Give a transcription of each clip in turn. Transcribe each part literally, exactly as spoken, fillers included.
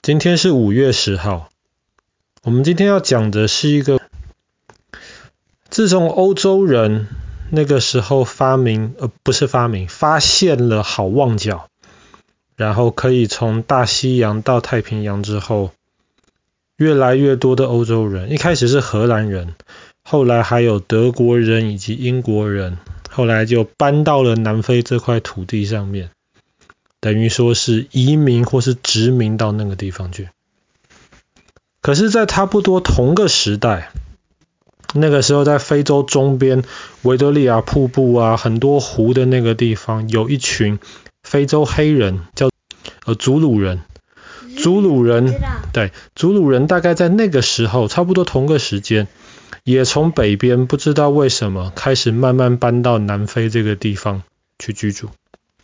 今天是五月十号，我们今天要讲的是一个，自从欧洲人那个时候发明，呃，不是发明，发现了好望角，然后可以从大西洋到太平洋之后，越来越多的欧洲人，一开始是荷兰人，后来还有德国人以及英国人，后来就搬到了南非这块土地上面。等于说是移民或是殖民到那个地方去。可是在差不多同个时代，那个时候在非洲中边维多利亚瀑布啊很多湖的那个地方，有一群非洲黑人叫呃祖鲁人。祖鲁人对祖鲁人大概在那个时候差不多同个时间，也从北边不知道为什么开始慢慢搬到南非这个地方去居住。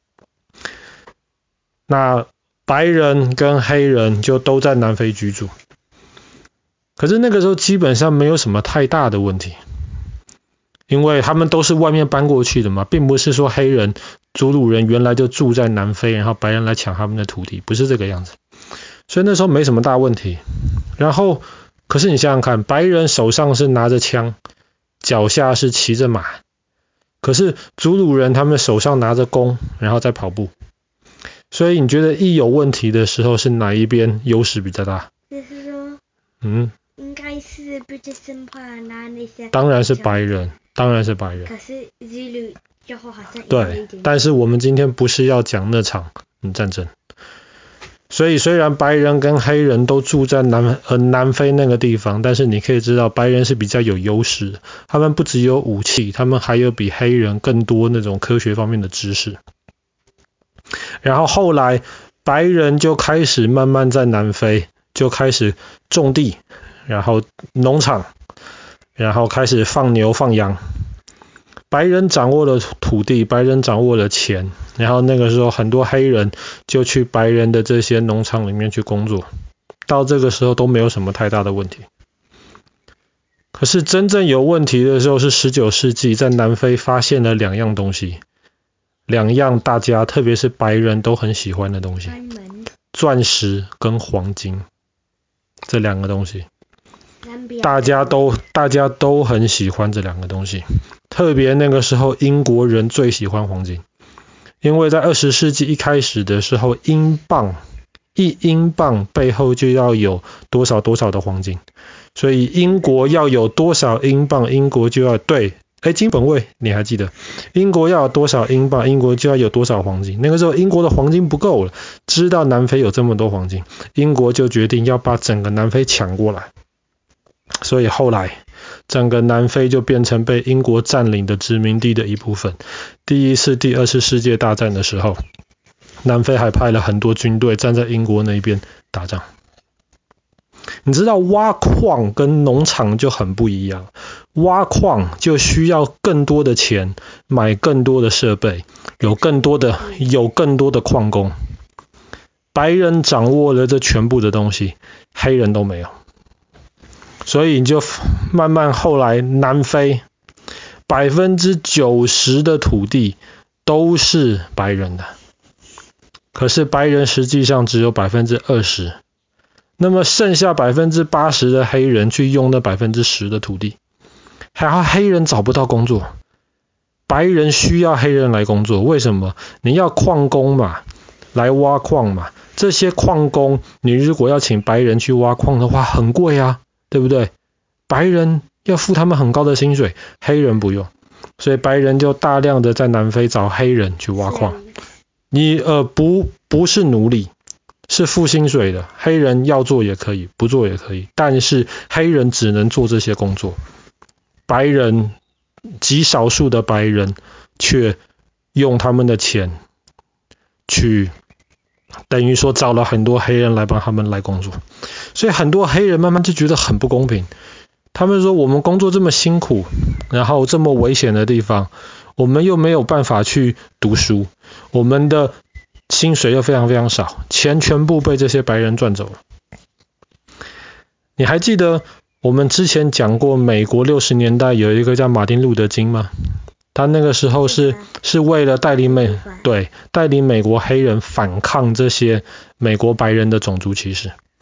那白人跟黑人就都在南非居住，可是那个时候基本上没有什么太大的问题，因为他们都是外面搬过去的嘛，并不是说黑人祖鲁人原来就住在南非，然后白人来抢他们的土地，不是这个样子，所以那时候没什么大问题。然后可是你想想看，白人手上是拿着枪，脚下是骑着马，可是祖鲁人他们手上拿着弓，然后在跑步。所以你觉得一有问题的时候是哪一边优势比较大？ 就是说， 嗯， 应该是 British Empire 拿那些， 当然是白人，当然是白人。 可是 Zulu 最后好像对，但是我们今天不是要讲那场嗯战争。所以虽然白人跟黑人都住在南呃南非那个地方，但是你可以知道白人是比较有优势的，他们不只有武器，他们还有比黑人更多那种科学方面的知识。然后后来白人就开始慢慢在南非就开始种地，然后农场，然后开始放牛放羊。白人掌握了土地，白人掌握了钱，然后那个时候很多黑人就去白人的这些农场里面去工作，到这个时候都没有什么太大的问题。可是真正有问题的时候是十九世纪，在南非发现了两样东西，两样大家特别是白人都很喜欢的东西，钻石跟黄金，这两个东西大家都大家都很喜欢这两个东西，特别那个时候英国人最喜欢黄金，因为在二十世纪一开始的时候，英镑一英镑背后就要有多少多少的黄金，所以英国要有多少英镑，英国就要对哎，金本位你还记得？英国要有多少英镑，英国就要有多少黄金。那个时候英国的黄金不够了，知道南非有这么多黄金，英国就决定要把整个南非抢过来。所以后来整个南非就变成被英国占领的殖民地的一部分。第一次、第二次世界大战的时候，南非还派了很多军队站在英国那边打仗。你知道挖矿跟农场就很不一样，挖矿就需要更多的钱，买更多的设备，有更多的有更多的矿工。白人掌握了这全部的东西，黑人都没有。所以你就慢慢后来南非百分之九十的土地都是白人的，可是白人实际上只有百分之二十。那么剩下百分之八十的黑人去用那百分之十的土地，还好黑人找不到工作，白人需要黑人来工作，为什么？你要矿工嘛，来挖矿嘛，这些矿工你如果要请白人去挖矿的话很贵啊，对不对？白人要付他们很高的薪水，黑人不用，所以白人就大量的在南非找黑人去挖矿。你呃不不是奴隶，是付薪水的，黑人要做也可以，不做也可以，但是黑人只能做这些工作，白人极少数的白人却用他们的钱去等于说找了很多黑人来帮他们来工作，所以很多黑人慢慢就觉得很不公平。他们说我们工作这么辛苦，然后这么危险的地方，我们又没有办法去读书，我们的薪水又非常非常少，钱全部被这些白人赚走了。你还记得我们之前讲过美国六十年代有一个叫马丁路德金吗？他那个时候是是为了带领美对带领美国黑人反抗这些美国白人的种族歧视。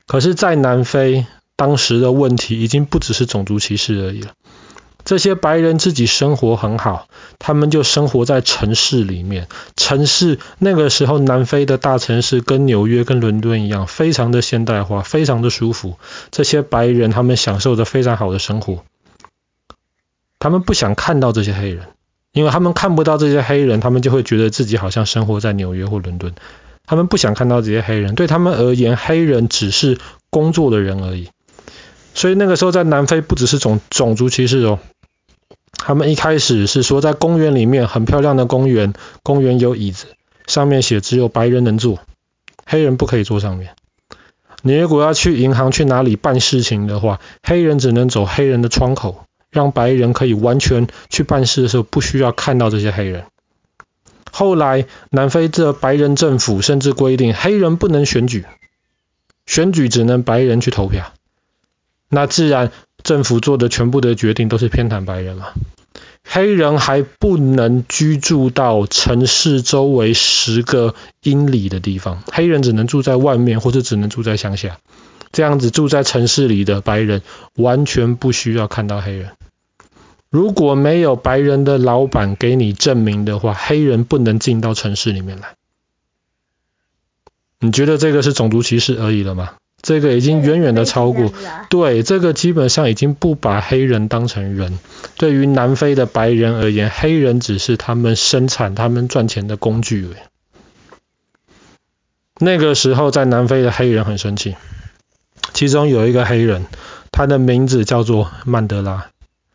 可是在南非当时的问题已经不只是种族歧视而已了。这些白人自己生活很好，他们就生活在城市里面。城市那个时候南非的大城市跟纽约跟伦敦一样，非常的现代化，非常的舒服。这些白人他们享受着非常好的生活。他们不想看到这些黑人，因为他们看不到这些黑人，他们就会觉得自己好像生活在纽约或伦敦。他们不想看到这些黑人，对他们而言，黑人只是工作的人而已。所以那个时候在南非不只是种种族歧视哦，他们一开始是说在公园里面，很漂亮的公园，公园有椅子，上面写只有白人能坐，黑人不可以坐上面。你如果要去银行去哪里办事情的话，黑人只能走黑人的窗口，让白人可以完全去办事的时候不需要看到这些黑人。后来南非这白人政府甚至规定黑人不能选举，选举只能白人去投票。那自然政府做的全部的决定都是偏袒白人嘛。黑人还不能居住到城市周围十个英里的地方，黑人只能住在外面或者只能住在乡下。这样子住在城市里的白人完全不需要看到黑人。如果没有白人的老板给你证明的话，黑人不能进到城市里面来。你觉得这个是种族歧视而已了吗？这个已经远远的超过，对，这个基本上已经不把黑人当成人。对于南非的白人而言，黑人只是他们生产、他们赚钱的工具而已。那个时候在南非的黑人很生气，其中有一个黑人，他的名字叫做曼德拉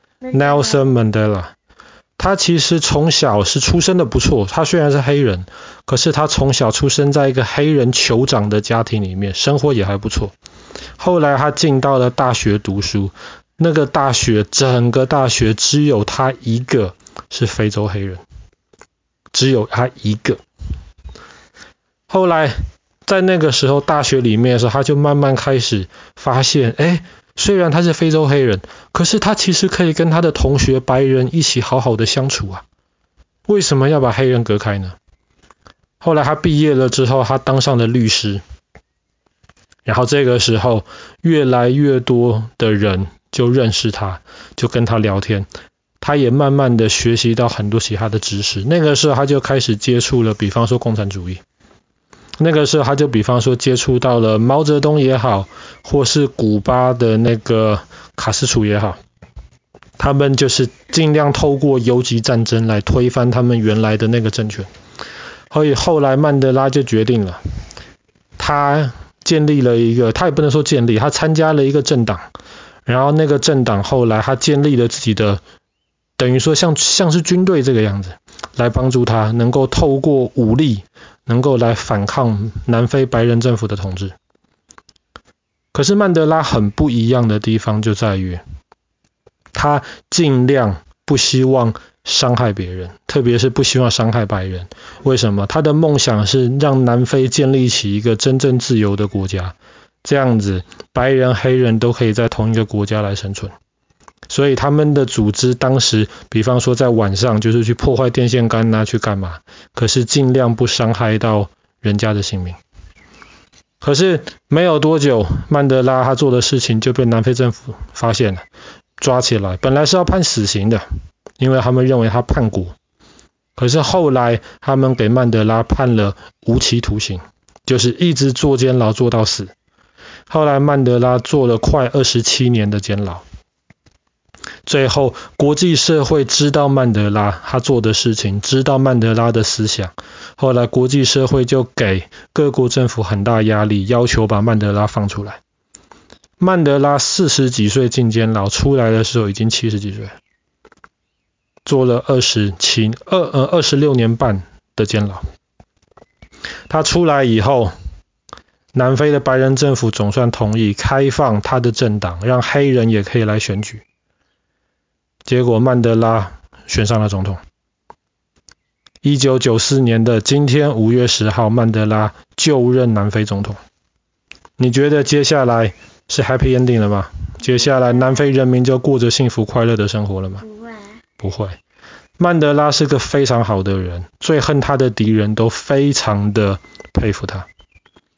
Nelson Mandela。他其实从小是出生的不错，他虽然是黑人，可是他从小出生在一个黑人酋长的家庭里面，生活也还不错。后来他进到了大学读书，那个大学整个大学只有他一个是非洲黑人，只有他一个。后来在那个时候大学里面的时候，他就慢慢开始发现，哎，虽然他是非洲黑人，可是他其实可以跟他的同学白人一起好好的相处啊，为什么要把黑人隔开呢？后来他毕业了之后，他当上了律师，然后这个时候越来越多的人就认识他，就跟他聊天，他也慢慢的学习到很多其他的知识。那个时候他就开始接触了，比方说共产主义。那个时候他就比方说接触到了毛泽东也好，或是古巴的那个卡斯楚也好，他们就是尽量透过游击战争来推翻他们原来的那个政权。所以后来曼德拉就决定了，他建立了一个，他也不能说建立，他参加了一个政党，然后那个政党后来他建立了自己的，等于说像像是军队这个样子，来帮助他能够透过武力能够来反抗南非白人政府的统治。可是曼德拉很不一样的地方就在于，他尽量不希望伤害别人，特别是不希望伤害白人。为什么？他的梦想是让南非建立起一个真正自由的国家，这样子白人黑人都可以在同一个国家来生存。所以他们的组织当时比方说在晚上就是去破坏电线杆啊，去干嘛，可是尽量不伤害到人家的性命。可是没有多久，曼德拉他做的事情就被南非政府发现了，抓起来，本来是要判死刑的，因为他们认为他叛国。可是后来他们给曼德拉判了无期徒刑，就是一直坐监牢坐到死。后来曼德拉坐了快二十七年的监牢。最后国际社会知道曼德拉他做的事情，知道曼德拉的思想，后来国际社会就给各国政府很大压力，要求把曼德拉放出来。曼德拉四十几岁进监牢，出来的时候已经七十几岁，坐了二十七二呃二十六年半的监牢。他出来以后，南非的白人政府总算同意开放他的政党，让黑人也可以来选举。结果曼德拉选上了总统。一九九四年的今天五月十号，曼德拉就任南非总统。你觉得接下来是 happy ending 了吗？接下来南非人民就过着幸福快乐的生活了吗？ 不会。 不会。曼德拉是个非常好的人，最恨他的敌人都非常的佩服他。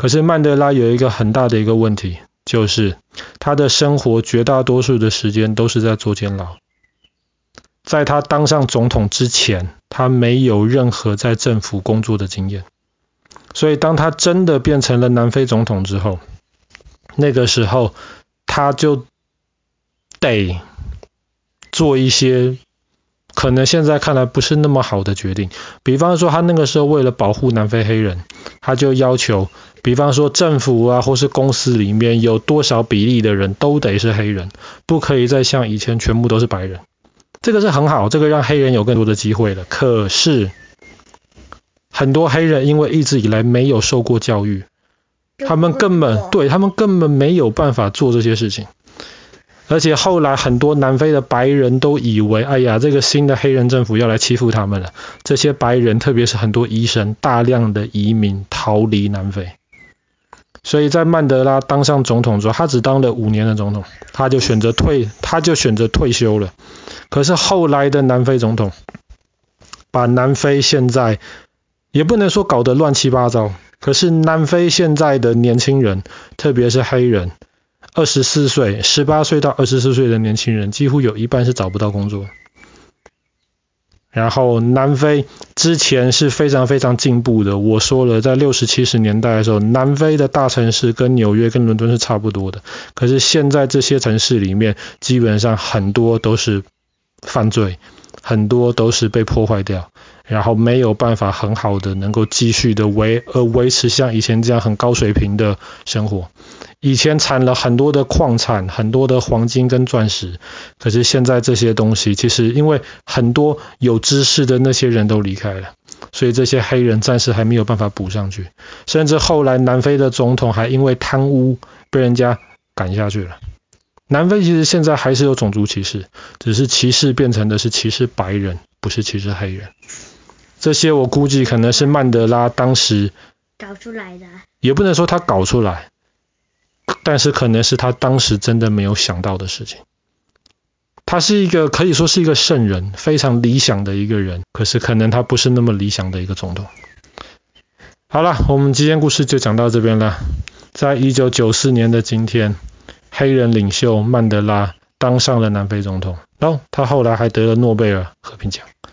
可是曼德拉有一个很大的一个问题，就是他的生活绝大多数的时间都是在坐监牢。在他当上总统之前，他没有任何在政府工作的经验。所以当他真的变成了南非总统之后，那个时候他就得做一些可能现在看来不是那么好的决定。比方说他那个时候为了保护南非黑人，他就要求比方说政府啊或是公司里面有多少比例的人都得是黑人，不可以再像以前全部都是白人。这个是很好，这个让黑人有更多的机会了。可是很多黑人因为一直以来没有受过教育，他们根本对他们根本没有办法做这些事情。而且后来很多南非的白人都以为，哎呀，这个新的黑人政府要来欺负他们了。这些白人，特别是很多医生，大量的移民逃离南非。所以在曼德拉当上总统之后，他只当了五年的总统，他就选择退，他就选择退休了。可是后来的南非总统，把南非现在也不能说搞得乱七八糟，可是南非现在的年轻人，特别是黑人，二十四岁、十八岁到二十四岁的年轻人，几乎有一半是找不到工作。然后南非之前是非常非常进步的，我说了，在六十七十年代的时候，南非的大城市跟纽约跟伦敦是差不多的。可是现在这些城市里面，基本上很多都是犯罪，很多都是被破坏掉，然后没有办法很好的能够继续的维呃维持像以前这样很高水平的生活。以前产了很多的矿产，很多的黄金跟钻石，可是现在这些东西其实因为很多有知识的那些人都离开了，所以这些黑人暂时还没有办法补上去。甚至后来南非的总统还因为贪污被人家赶下去了。南非其实现在还是有种族歧视，只是歧视变成的是歧视白人，不是歧视黑人。这些我估计可能是曼德拉当时搞出来的， 也不能说他搞出来，但是可能是他当时真的没有想到的事情。他是一个可以说是一个圣人，非常理想的一个人，可是可能他不是那么理想的一个总统。好了，我们今天故事就讲到这边了。在一九九四年的今天，黑人领袖曼德拉当上了南非总统，然后他后来还得了诺贝尔和平奖。